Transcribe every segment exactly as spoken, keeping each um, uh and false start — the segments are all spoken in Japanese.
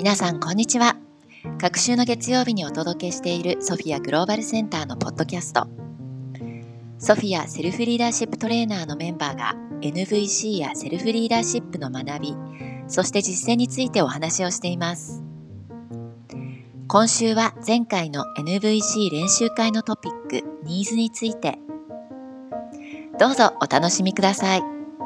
皆さんこんにちは。各週の月曜日にお届けしているソフィアグローバルセンターのポッドキャスト。ソフィアセルフリーダーシップトレーナーのメンバーが エヌブイシー やセルフリーダーシップの学び、そして実践についてお話をしています。今週は前回の エヌブイシー 練習会のトピック、ニーズについて。どうぞお楽しみください。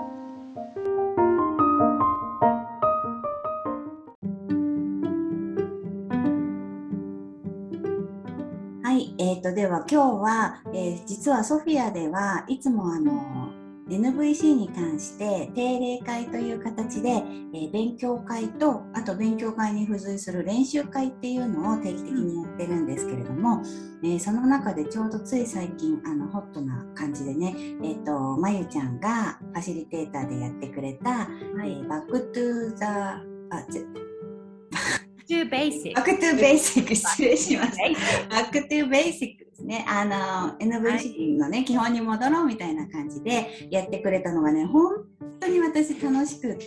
はい、えーと、では今日は、えー、実はソフィアではいつもあの エヌブイシー に関して定例会という形で、えー、勉強会とあと勉強会に付随する練習会っていうのを定期的にやってるんですけれども、えー、その中でちょうどつい最近あのホットな感じでね、えーと、まゆちゃんがファシリテーターでやってくれた、はい、えー、バックトゥーザあバックトゥベーシック。 バックトゥベーシック、失礼しました。バックトゥベーシックですね。あの、エヌブイシー のね、はい、基本に戻ろうみたいな感じでやってくれたのがね、本当に私楽しくって、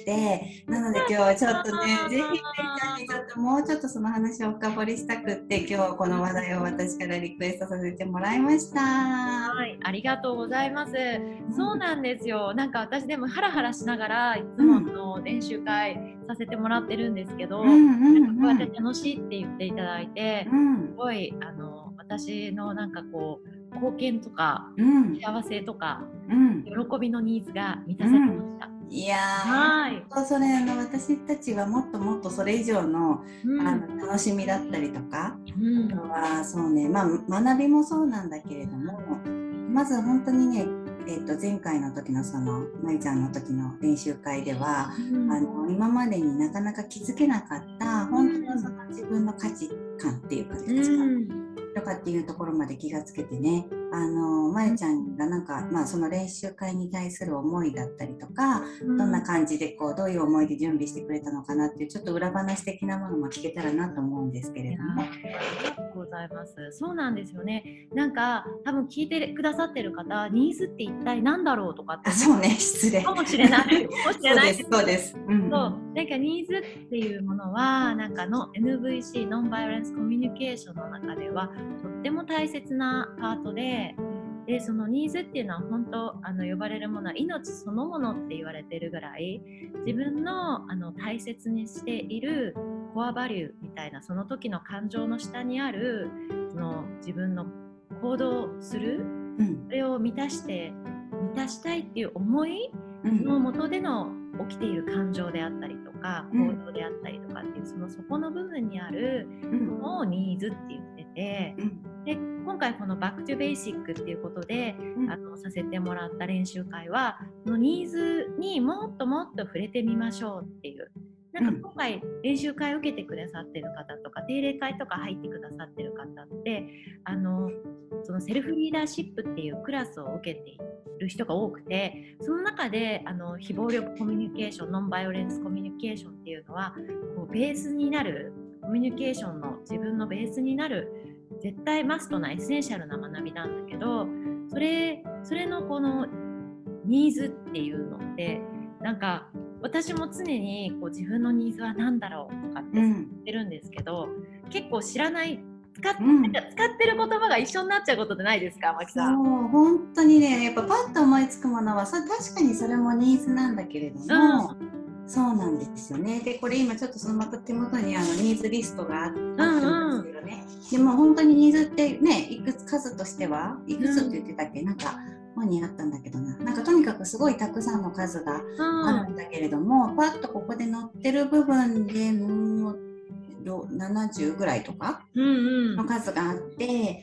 なので今日はちょっとね、ぜひめいちゃんにちょっともうちょっとその話を深掘りしたくって、今日はこの話題を私からリクエストさせてもらいました。 はい、ありがとうございます。うん、そうなんですよ。なんか私でもハラハラしながらいつもの練習会させてもらってるんですけど、うんうんうん、なんかこうやって楽しいって言っていただいて、うん、すごいあの私のなんかこう貢献とか、うん、幸せとか、うん、喜びのニーズが満たされました。 うん、いやー、はい、それあの私たちはもっともっとそれ以上の、うん、あの楽しみだったりとか、うん、あとはそうね、まあ学びもそうなんだけれども、まず本当にね、えー、と前回の時のそのまゆちゃんの時の練習会では、うん、あの今までになかなか気づけなかった本当のその自分の価値観っていうか、価値観とかっていうところまで気がつけてね、あのまゆちゃんがなんか、まあ、その練習会に対する思いだったりとか、うん、どんな感じでこうどういう思いで準備してくれたのかなっていうちょっと裏話的なものも聞けたらなと思うんですけれども。 ありがとうございます。そうなんですよね。なんか多分聞いてくださってる方、ニーズって一体何だろうとかってそうね、失礼かもしれない。かもしれないそうです、そうです。うん、 そうなんかニーズっていうものはなんかの エヌブイシー ノンバイオレンスコミュニケーションの中ではとっても大切なパートで、でそのニーズっていうのは本当あの呼ばれるものは命そのものって言われてるぐらい、自分のあの大切にしているコアバリューみたいなその時の感情の下にあるその自分の行動する、うん、それを満たして満たしたいっていう思いの元での起きている感情であったりとか、うん、行動であったりとかっていうその底の部分にあるのをニーズって言ってて、うん、で今回このバックトゥベーシックっていうことで、うん、あのさせてもらった練習会はこのニーズにもっともっと触れてみましょうっていう、なんか今回練習会を受けてくださってる方とか定例会とか入ってくださってる方ってあのそのセルフリーダーシップっていうクラスを受けている人が多くて、その中であの非暴力コミュニケーション、ノンバイオレンスコミュニケーションっていうのはこうベースになるコミュニケーションの自分のベースになる絶対マストなエッセンシャルな学びなんだけど、それそれのこのニーズっていうのってなんか私も常にこう自分のニーズは何だろうとかって言ってるんですけど、うん、結構知らない使っ、うん、なんか使ってる言葉が一緒になっちゃうことってないですか、マキさん。 そう本当にね、やっぱパッと思いつくものはそれ確かにそれもニーズなんだけれども、うん、そうなんですよね。でこれ今ちょっとそのまた手元にあのニーズリストがあってるんですけどね、うんうん、でも本当にニーズってね、いくつ数としてはいくつって言ってたっけ、うん、なんか本にあったんだけどな、なんかとにかくすごいたくさんの数があるんだけれども、うん、パッとここで載ってる部分でもうななじゅうぐらいとかの数があって、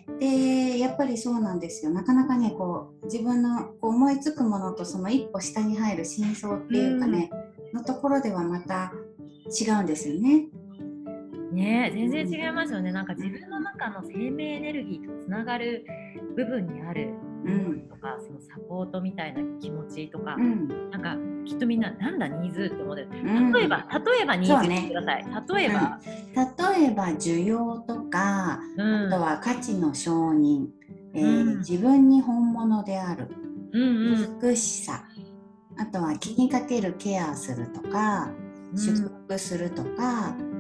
うんうん、でやっぱりそうなんですよ。なかなかねこう自分のこう思いつくものとその一歩下に入る真相っていうかね、うん、のところではまた違うんですよね。 ね、全然違いますよね。なんか自分の中の生命エネルギーとつながる部分にある思いとか、うん、そのサポートみたいな気持ちとか、うん、なんかきっとみんななんだニーズって思ってる。例えば、うん、例えばニーズ言ってください。ね、例えば、 うん、例えば需要とか、うん、あとは価値の承認、えーうん、自分に本物である、うんうん、美しさ、あとは気にかけるケアするとか、うん、祝福するとか、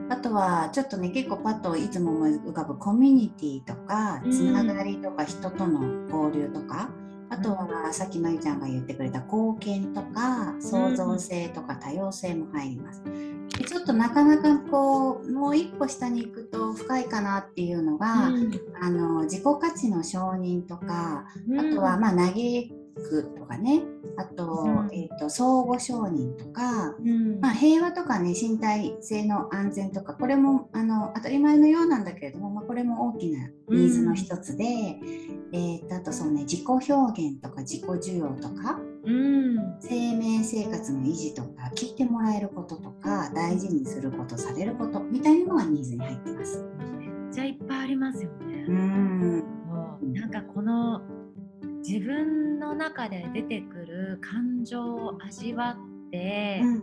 あとはちょっとね結構パッといつも思い浮かぶコミュニティとかつながりとか人との交流とか、あとはさっきまゆちゃんが言ってくれた貢献とか創造性とか多様性も入ります。でちょっとなかなかこうもう一歩下に行くと深いかなっていうのが、うん、あの自己価値の承認とか、うん、あとはまあ嘆くとかね、あと、うん、えーと相互承認とか、うんまあ、平和とかね身体性の安全とか、これもあの当たり前のようなんだけれども、まあ、これも大きなニーズの一つで、うんえー、とあとそうね自己表現とか自己需要とか、うん、生命生活の維持とか聞いてもらえることとか大事にすることされることみたいなのがニーズに入ってます。 めっちゃいっぱいありますよね。うんもうなんかこの自分の中で出てくる感情を味わって、うん、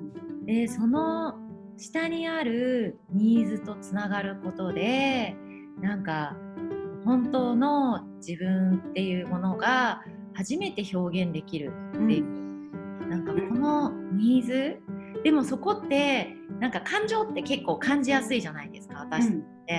でその下にあるニーズとつながることでなんか本当の自分っていうものが初めて表現できるっていう、うん、なんかこのニーズでもそこってなんか感情って結構感じやすいじゃないですか、私って、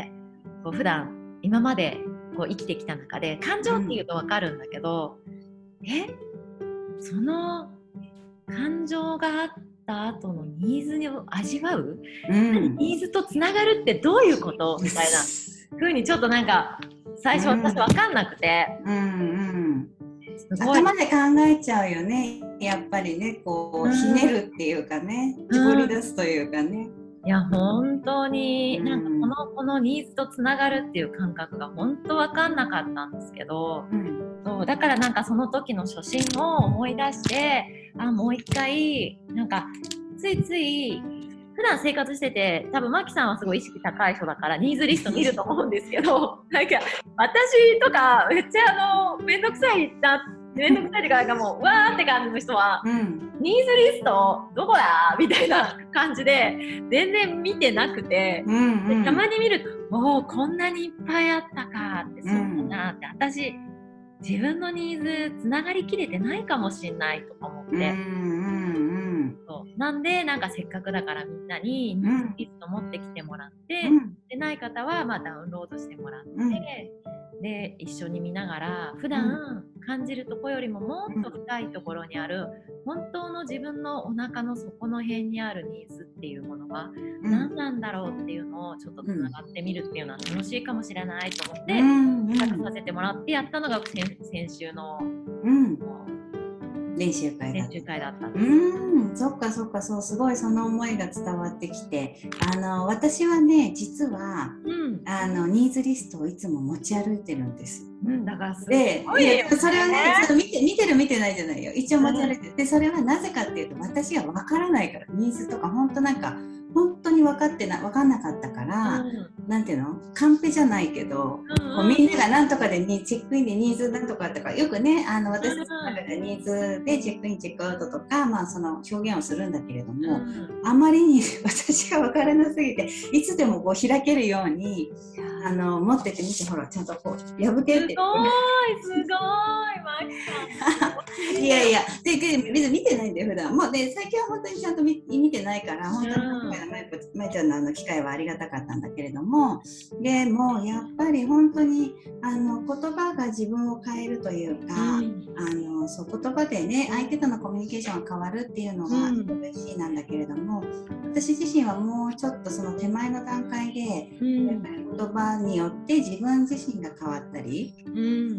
うん、こう普段今までこう生きてきた中で感情っていうと分かるんだけど、うん、えその感情があった後のニーズを味わう、うん、ニーズとつながるってどういうことみたいな風にちょっとなんか最初私分かんなくて、うんうんうん、頭で考えちゃうよねやっぱりね、こう、うん、ひねるっていうかね、絞り出すというかね、 うん、いや本当になんかこの、このニーズとつながるっていう感覚が本当分かんなかったんですけど、うん、そうだからなんかその時の初心を思い出してあもう一回なんかついつい普段生活してて多分マキさんはすごい意識高い人だからニーズリスト見ると思うんですけどなんか私とかめっちゃあのめんどくさいなめんどくさいってかなんかもうわーって感じの人は、うん、ニーズリストどこだみたいな感じで全然見てなくて、うんうん、でたまに見るとおーこんなにいっぱいあったかってそうだなって、うん、私自分のニーズつながりきれてないかもしれないとか思って、うんうんうんそうなんでなんかせっかくだからみんなにニーズリスト持ってきてもらって、うん、でない方はまあダウンロードしてもらって、うん、で一緒に見ながら普段感じるところよりももっと深いところにある本当の自分のお腹の底の辺にあるニーズっていうものは何なんだろうっていうのをちょっとつながってみるっていうのは楽しいかもしれないと思って企画させてもらってやったのが 先, 先週の、うん練習会だった。 練習会だったんです。 うん、そっかそっか、そうすごいその思いが伝わってきて、あの私はね実は、うん、あのニーズリストをいつも持ち歩いてるんです。 うん、だからすごいよね。 で、それはね、ちょっと見て見てる見てないじゃないよ。一応持ち歩いてる。うん、で、それはなぜかっていうと私がわからないから、ニーズとか本当なんか本当に分かってな分かんなかったから、うん、なんていうのカンペじゃないけど、うんうん、こうみんながなんとかでにチェックインでニーズなんとかとかよくねあの私たちの中でニーズでチェックインチェックアウトとか、まあ、その表現をするんだけれども、うん、あまりに私が分からなすぎていつでもこう開けるようにあの持っててみてほらちゃんとこう破けてすごいすごいマキさんいやいやで別に見てないんだよ普段もうで最近は本当にちゃんと 見, 見てないから本当に今回のまいちゃんのあの機会はありがたかったんだけれども、でもやっぱり本当にあの言葉が自分を変えるというか、うん、あのそう言葉でね相手とのコミュニケーションが変わるっていうのが嬉しいなんだけれども、うん、私自身はもうちょっとその手前の段階で、うん、やっぱり言葉によって自分自身が変わったり、うん、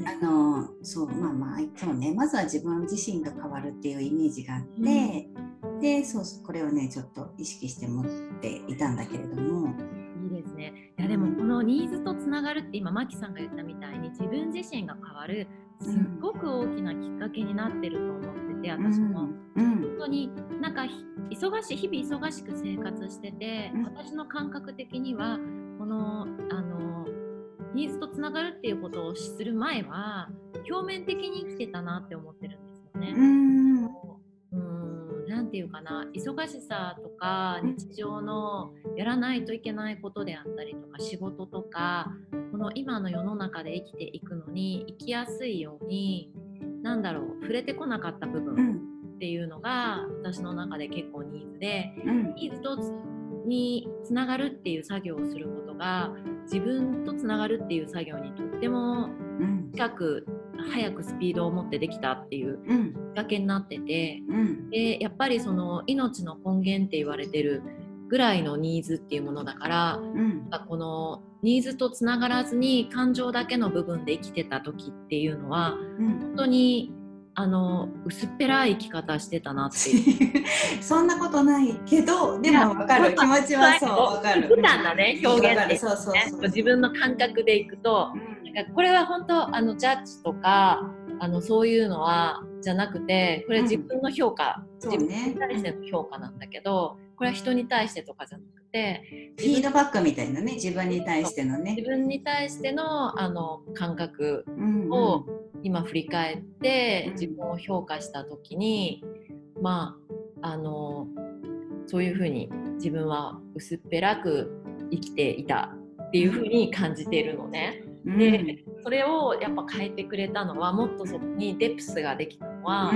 あのそうまあまあそうねまずは自分自身が変わるっていうイメージがあって、うん、でそうこれをねちょっと意識して持っていたんだけれども。 いいですね。いやでもこのニーズとつながるって今マキさんが言ったみたいに自分自身が変わるすっごく大きなきっかけになってると思ってて、私も、うん、本当になんか忙しい日々忙しく生活してて、うん、私の感覚的にはこのあのニーズとつながるっていうことをする前は表面的に生きてたなって思ってるんですよね。うんなんていうかな忙しさとか日常のやらないといけないことであったりとか仕事とかこの今の世の中で生きていくのに生きやすいようになんだろう触れてこなかった部分っていうのが私の中で結構ニーズで、うん、ニーズとにつながるっていう作業をすることが自分とつながるっていう作業にとっても近く、うん、早くスピードを持ってできたっていうきっかけになってて、うん、でやっぱりその命の根源って言われてるぐらいのニーズっていうものだから、うん、このニーズとつながらずに感情だけの部分で生きてた時っていうのは、うん、本当にあの薄っぺらい生き方してたなっていうそんなことないけどでも分かる気持ちはそう分かる普段のね表現っていう、ね、そうそうそう自分の感覚でいくと、うん、なんかこれは本当あのジャッジとかあのそういうのはじゃなくてこれ自分の評価、うん、自分に対しての評価なんだけど、ね、これは人に対してとかじゃなくてフィードバックみたいなね自分に対してのね自分に対してのあの感覚を、うんうん今振り返って自分を評価した時に、うん、まああのそういうふうに自分は薄っぺらく生きていたっていうふうに感じているのね、うん、でそれをやっぱ変えてくれたのはもっとそこにデプスができたのは、うん、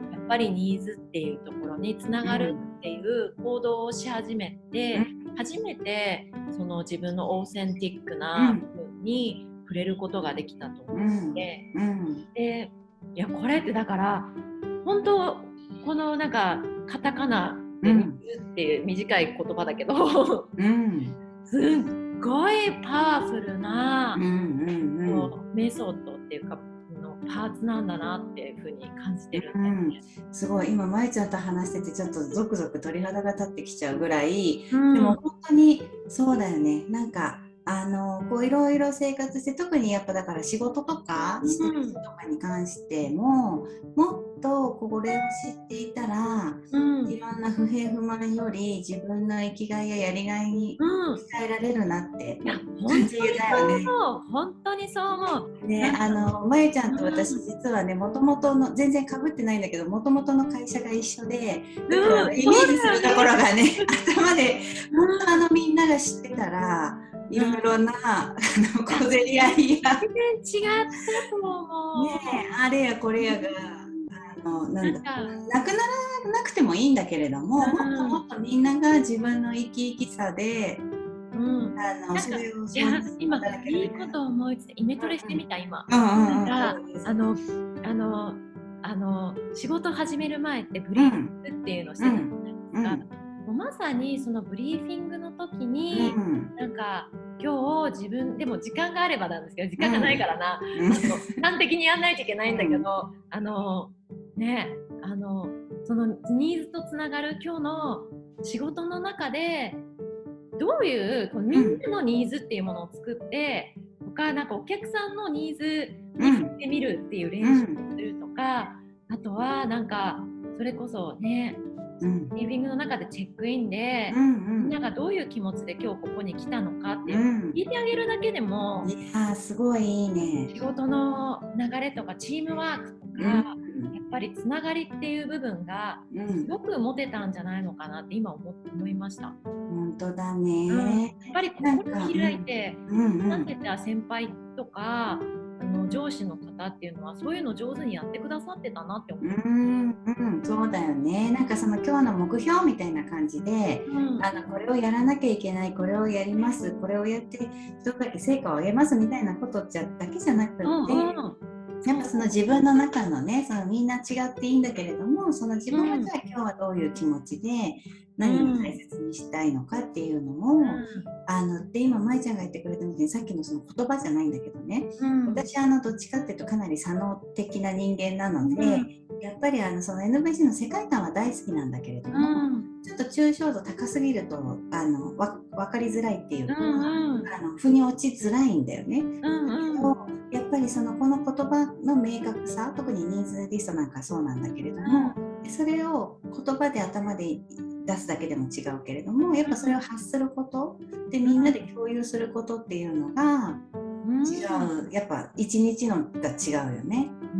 やっぱりニーズっていうところにつながるっていう行動をし始めて、うん、初めてその自分のオーセンティックな部分に、うん触れることができたと思って、うんうん、でいやこれってだから本当このなんかカタカナでニーズっていう短い言葉だけど、うん、すっごいパワフルな、うんうんうん、メソッドっていうかのパーツなんだなっていうふうに感じてるんですね、 うん、すごい今まいちゃんと話しててちょっとゾクゾク鳥肌が立ってきちゃうぐらい、うん、でも本当にそうだよねなんかあのこういろいろ生活して特にやっぱだから仕事とかしてる人とかに関しても、うん、もっとこれを知っていたら、うん、いろんな不平不満より自分の生きがいややりがいに変えられるなって感じだよね。 本当にそう思う。 ねあのまゆちゃんと私実はねもともとの全然かぶってないんだけどもともとの会社が一緒で、だから、うん、イメージするところがね頭で本当あのみんなが知ってたら。いろいろな、うん、あの小競り合いや全然違ったと思う、 ね、あれやこれやがあのなんだなくならなくてもいいんだけれども、うん、もっともっとみんなが自分の生き生きさで、うん、あのそれをいや今いいことを思いついてイメトレしてみた今、うんうんうん、なんかあのあのあの仕事始める前ってブリーフィングっていうのをしてたじゃないですか、うんうんもうまさにそのブリーフィングの時に、うん、なんか今日自分でも時間があればなんですけど時間がないからな、うん、あの端的にやんないといけないんだけど、うん、あのねあのそのニーズとつながる今日の仕事の中でどういうこうみんなのニーズっていうものを作ってとかなんかお客さんのニーズに振ってみるっていう練習をするとか、あとはなんかそれこそねうん、リーフィングの中でチェックインで、うんうん、みんながどういう気持ちで今日ここに来たのかっていう、うん、聞いてあげるだけでもいやすごいいいね仕事の流れとかチームワークとか、うん、やっぱりつながりっていう部分がすごく持てたんじゃないのかなって今 思, 思いました。 本当だね、 うん、やっぱり心開いて話してた先輩とかあの上司の方っていうのはそういうの上手にやってくださってたなって思う。 うん、うん、そうだよね。なんかその今日の目標みたいな感じで、うん、あのこれをやらなきゃいけない、これをやります、これをやってどれだけ成果を上げますみたいなことじゃだけじゃなくて、うんうん、やっぱその自分の中のね、そのみんな違っていいんだけれども、その自分はじゃあ今日はどういう気持ちで何を大切にしたいのかっていうのを、うん、あので今舞ちゃんが言ってくれたみたいにさっきのその言葉じゃないんだけどね、うん、私あのどっちかっていうとかなり左脳的な人間なので、うん、やっぱりあのその エヌブイシー の世界観は大好きなんだけれども、うん、ちょっと抽象度高すぎるとあのわ分かりづらいっていうか、うんうん、あの腑に落ちづらいんだよね。うんうん、やっぱりそのこの言葉の明確さ、特にニーズリストなんかそうなんだけれども、うん、それを言葉で頭で出すだけでも違うけれども、やっぱそれを発することでみんなで共有することっていうのが違う、やっぱ一日のが違うよね。 うん、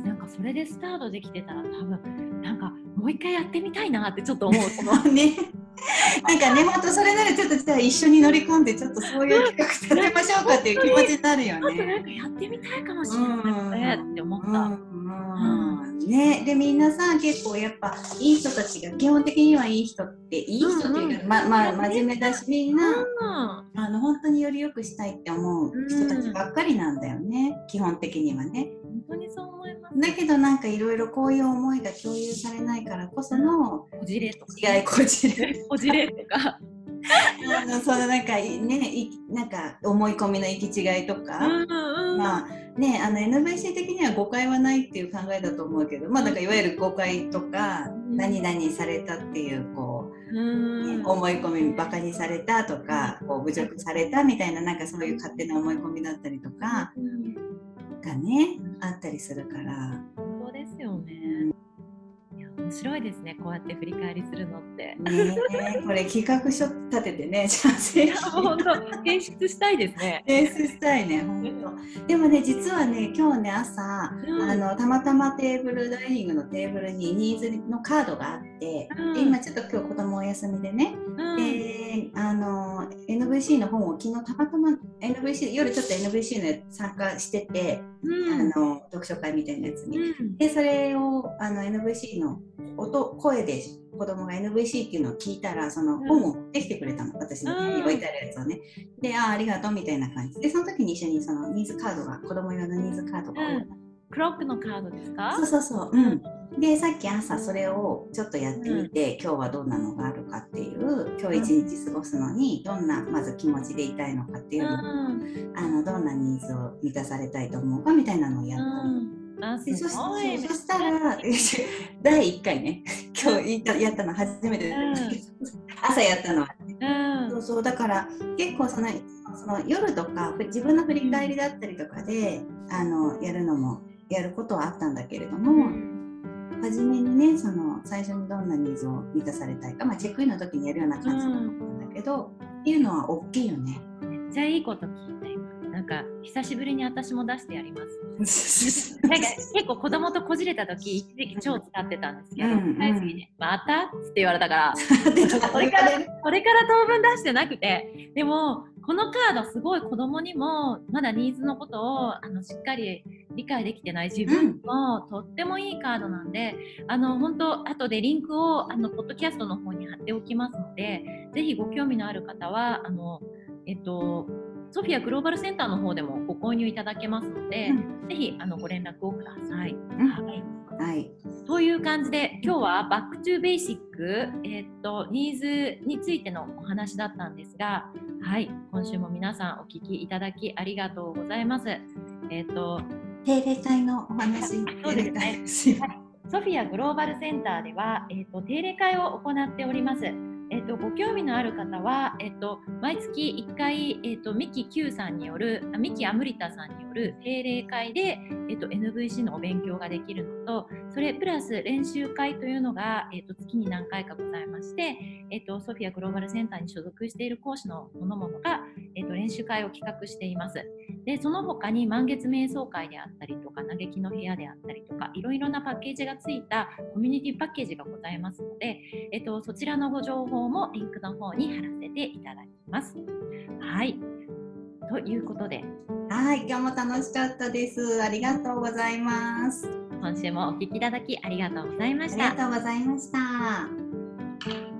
なんかそれでスタートできてたら多分なんかもう一回やってみたいなってちょっと思うね。なんかね、本当それならちょっとじゃあ一緒に乗り込んでちょっとそういう企画立てましょうかっていう気持ちになるよね。 なんかやってみたいかもしれないねって思った。うんうんうん、 ねね、でみんなさ結構やっぱいい人たちが基本的にはいい人っていい人っていうか、うんうん、ままあ真面目だしみんな、うん、あの本当により良くしたいって思う人たちばっかりなんだよね、うん、基本的にはね。 本当にそう思います。 だけどなんかいろいろこういう思いが共有されないからこその、 こじれとか、違いこじれこじれとかあのそのなんかねなんか思い込みの行き違いとか、うんうん、まあねあの エヌブイシー 的には誤解はないっていう考えだと思うけど、まあなんかいわゆる誤解とか、うん、何々されたっていうこう、うんね、思い込みバカにされたとか、こう侮辱されたみたいななんかそういう勝手な思い込みだったりとかがねあったりするから。 そうですよね。面白いですね、こうやって振り返りするのってねえこれ企画書立ててねじゃあぜひ本当提出したいですね提出したいね本当でもね実はね今日ね朝、うん、あのたまたまテーブルダイニングのテーブルにニーズのカードがあって、うん、で今ちょっと今日子供お休みでね、うん、であの エヌブイシー の本を昨日たまたま エヌブイシー 夜ちょっと エヌブイシー の参加してて、うん、あの読書会みたいなやつに、うん、でそれをあの エヌブイシー の音声で子供が エヌブイシー っていうのを聞いたらその本を持ってきてくれたの、私の家に置いてあるやつをね。で、ああ、ありがとうみたいな感じで、その時に一緒にそのニーズカードが子供用のニーズカードが、うん、 クロックのカードですか？ そうそうそう、うん。で、さっき朝それをちょっとやってみて、うん、今日はどんなのがあるかっていう、今日一日過ごすのにどんなまず気持ちでいたいのかっていうの、うん、あのどんなニーズを満たされたいと思うかみたいなのをやったの。うんあすごいそ, そ, そしたらだいいっかいね今日やったの初めて、うん、朝やったのは、ねうん、そうそうだから結構そのその夜とか自分の振り返りだったりとかであのやるのもやることはあったんだけれども、うん、初めにねその最初にどんなニーズを満たされたいか、まあ、チェックインの時にやるような感じなんだけど、うん、っていうのは大きいよね。 めっちゃいいこと聞いた今。なんか久しぶりに私も出してやりますなんか結構子供とこじれた時一時期超使ってたんですけど、うんうんね、またって言われたからそれからそれから当分出してなくて、でもこのカードすごい子供にもまだニーズのことをあのしっかり理解できてない自分も、うん、とってもいいカードなんで、あの本当後でリンクをあのポッドキャストの方に貼っておきますので、ぜひご興味のある方はあのえっとソフィアグローバルセンターの方でもご購入いただけますので、うん、ぜひあのご連絡をください。うんはいはい、 という感じで今日はバックトゥーベーシック、えー、っとニーズについてのお話だったんですが、はい、今週も皆さんお聞きいただきありがとうございます。えー、っと定例会のお話そうですね。ソフィアグローバルセンターでは、えー、っと定例会を行っております。えっと、ご興味のある方は、えっと、毎月いっかい、えっと、ミキ Q さんによるミキアムリタさんによる定例会で、えっと、エヌブイシー のお勉強ができるのと、それプラス練習会というのが、えっと、月に何回かございまして、えっと、ソフィアグローバルセンターに所属している講師のものものが、えっと、練習会を企画しています。でその他に満月瞑想会であったりとか嘆きの部屋であったりとかいろいろなパッケージがついたコミュニティパッケージがございますので、えっと、そちらのご情報もリンクの方に貼らせていただきます。はいということで、 はい今日も楽しかったです。ありがとうございます。 今週もお聞きいただきありがとうございました。 ありがとうございました。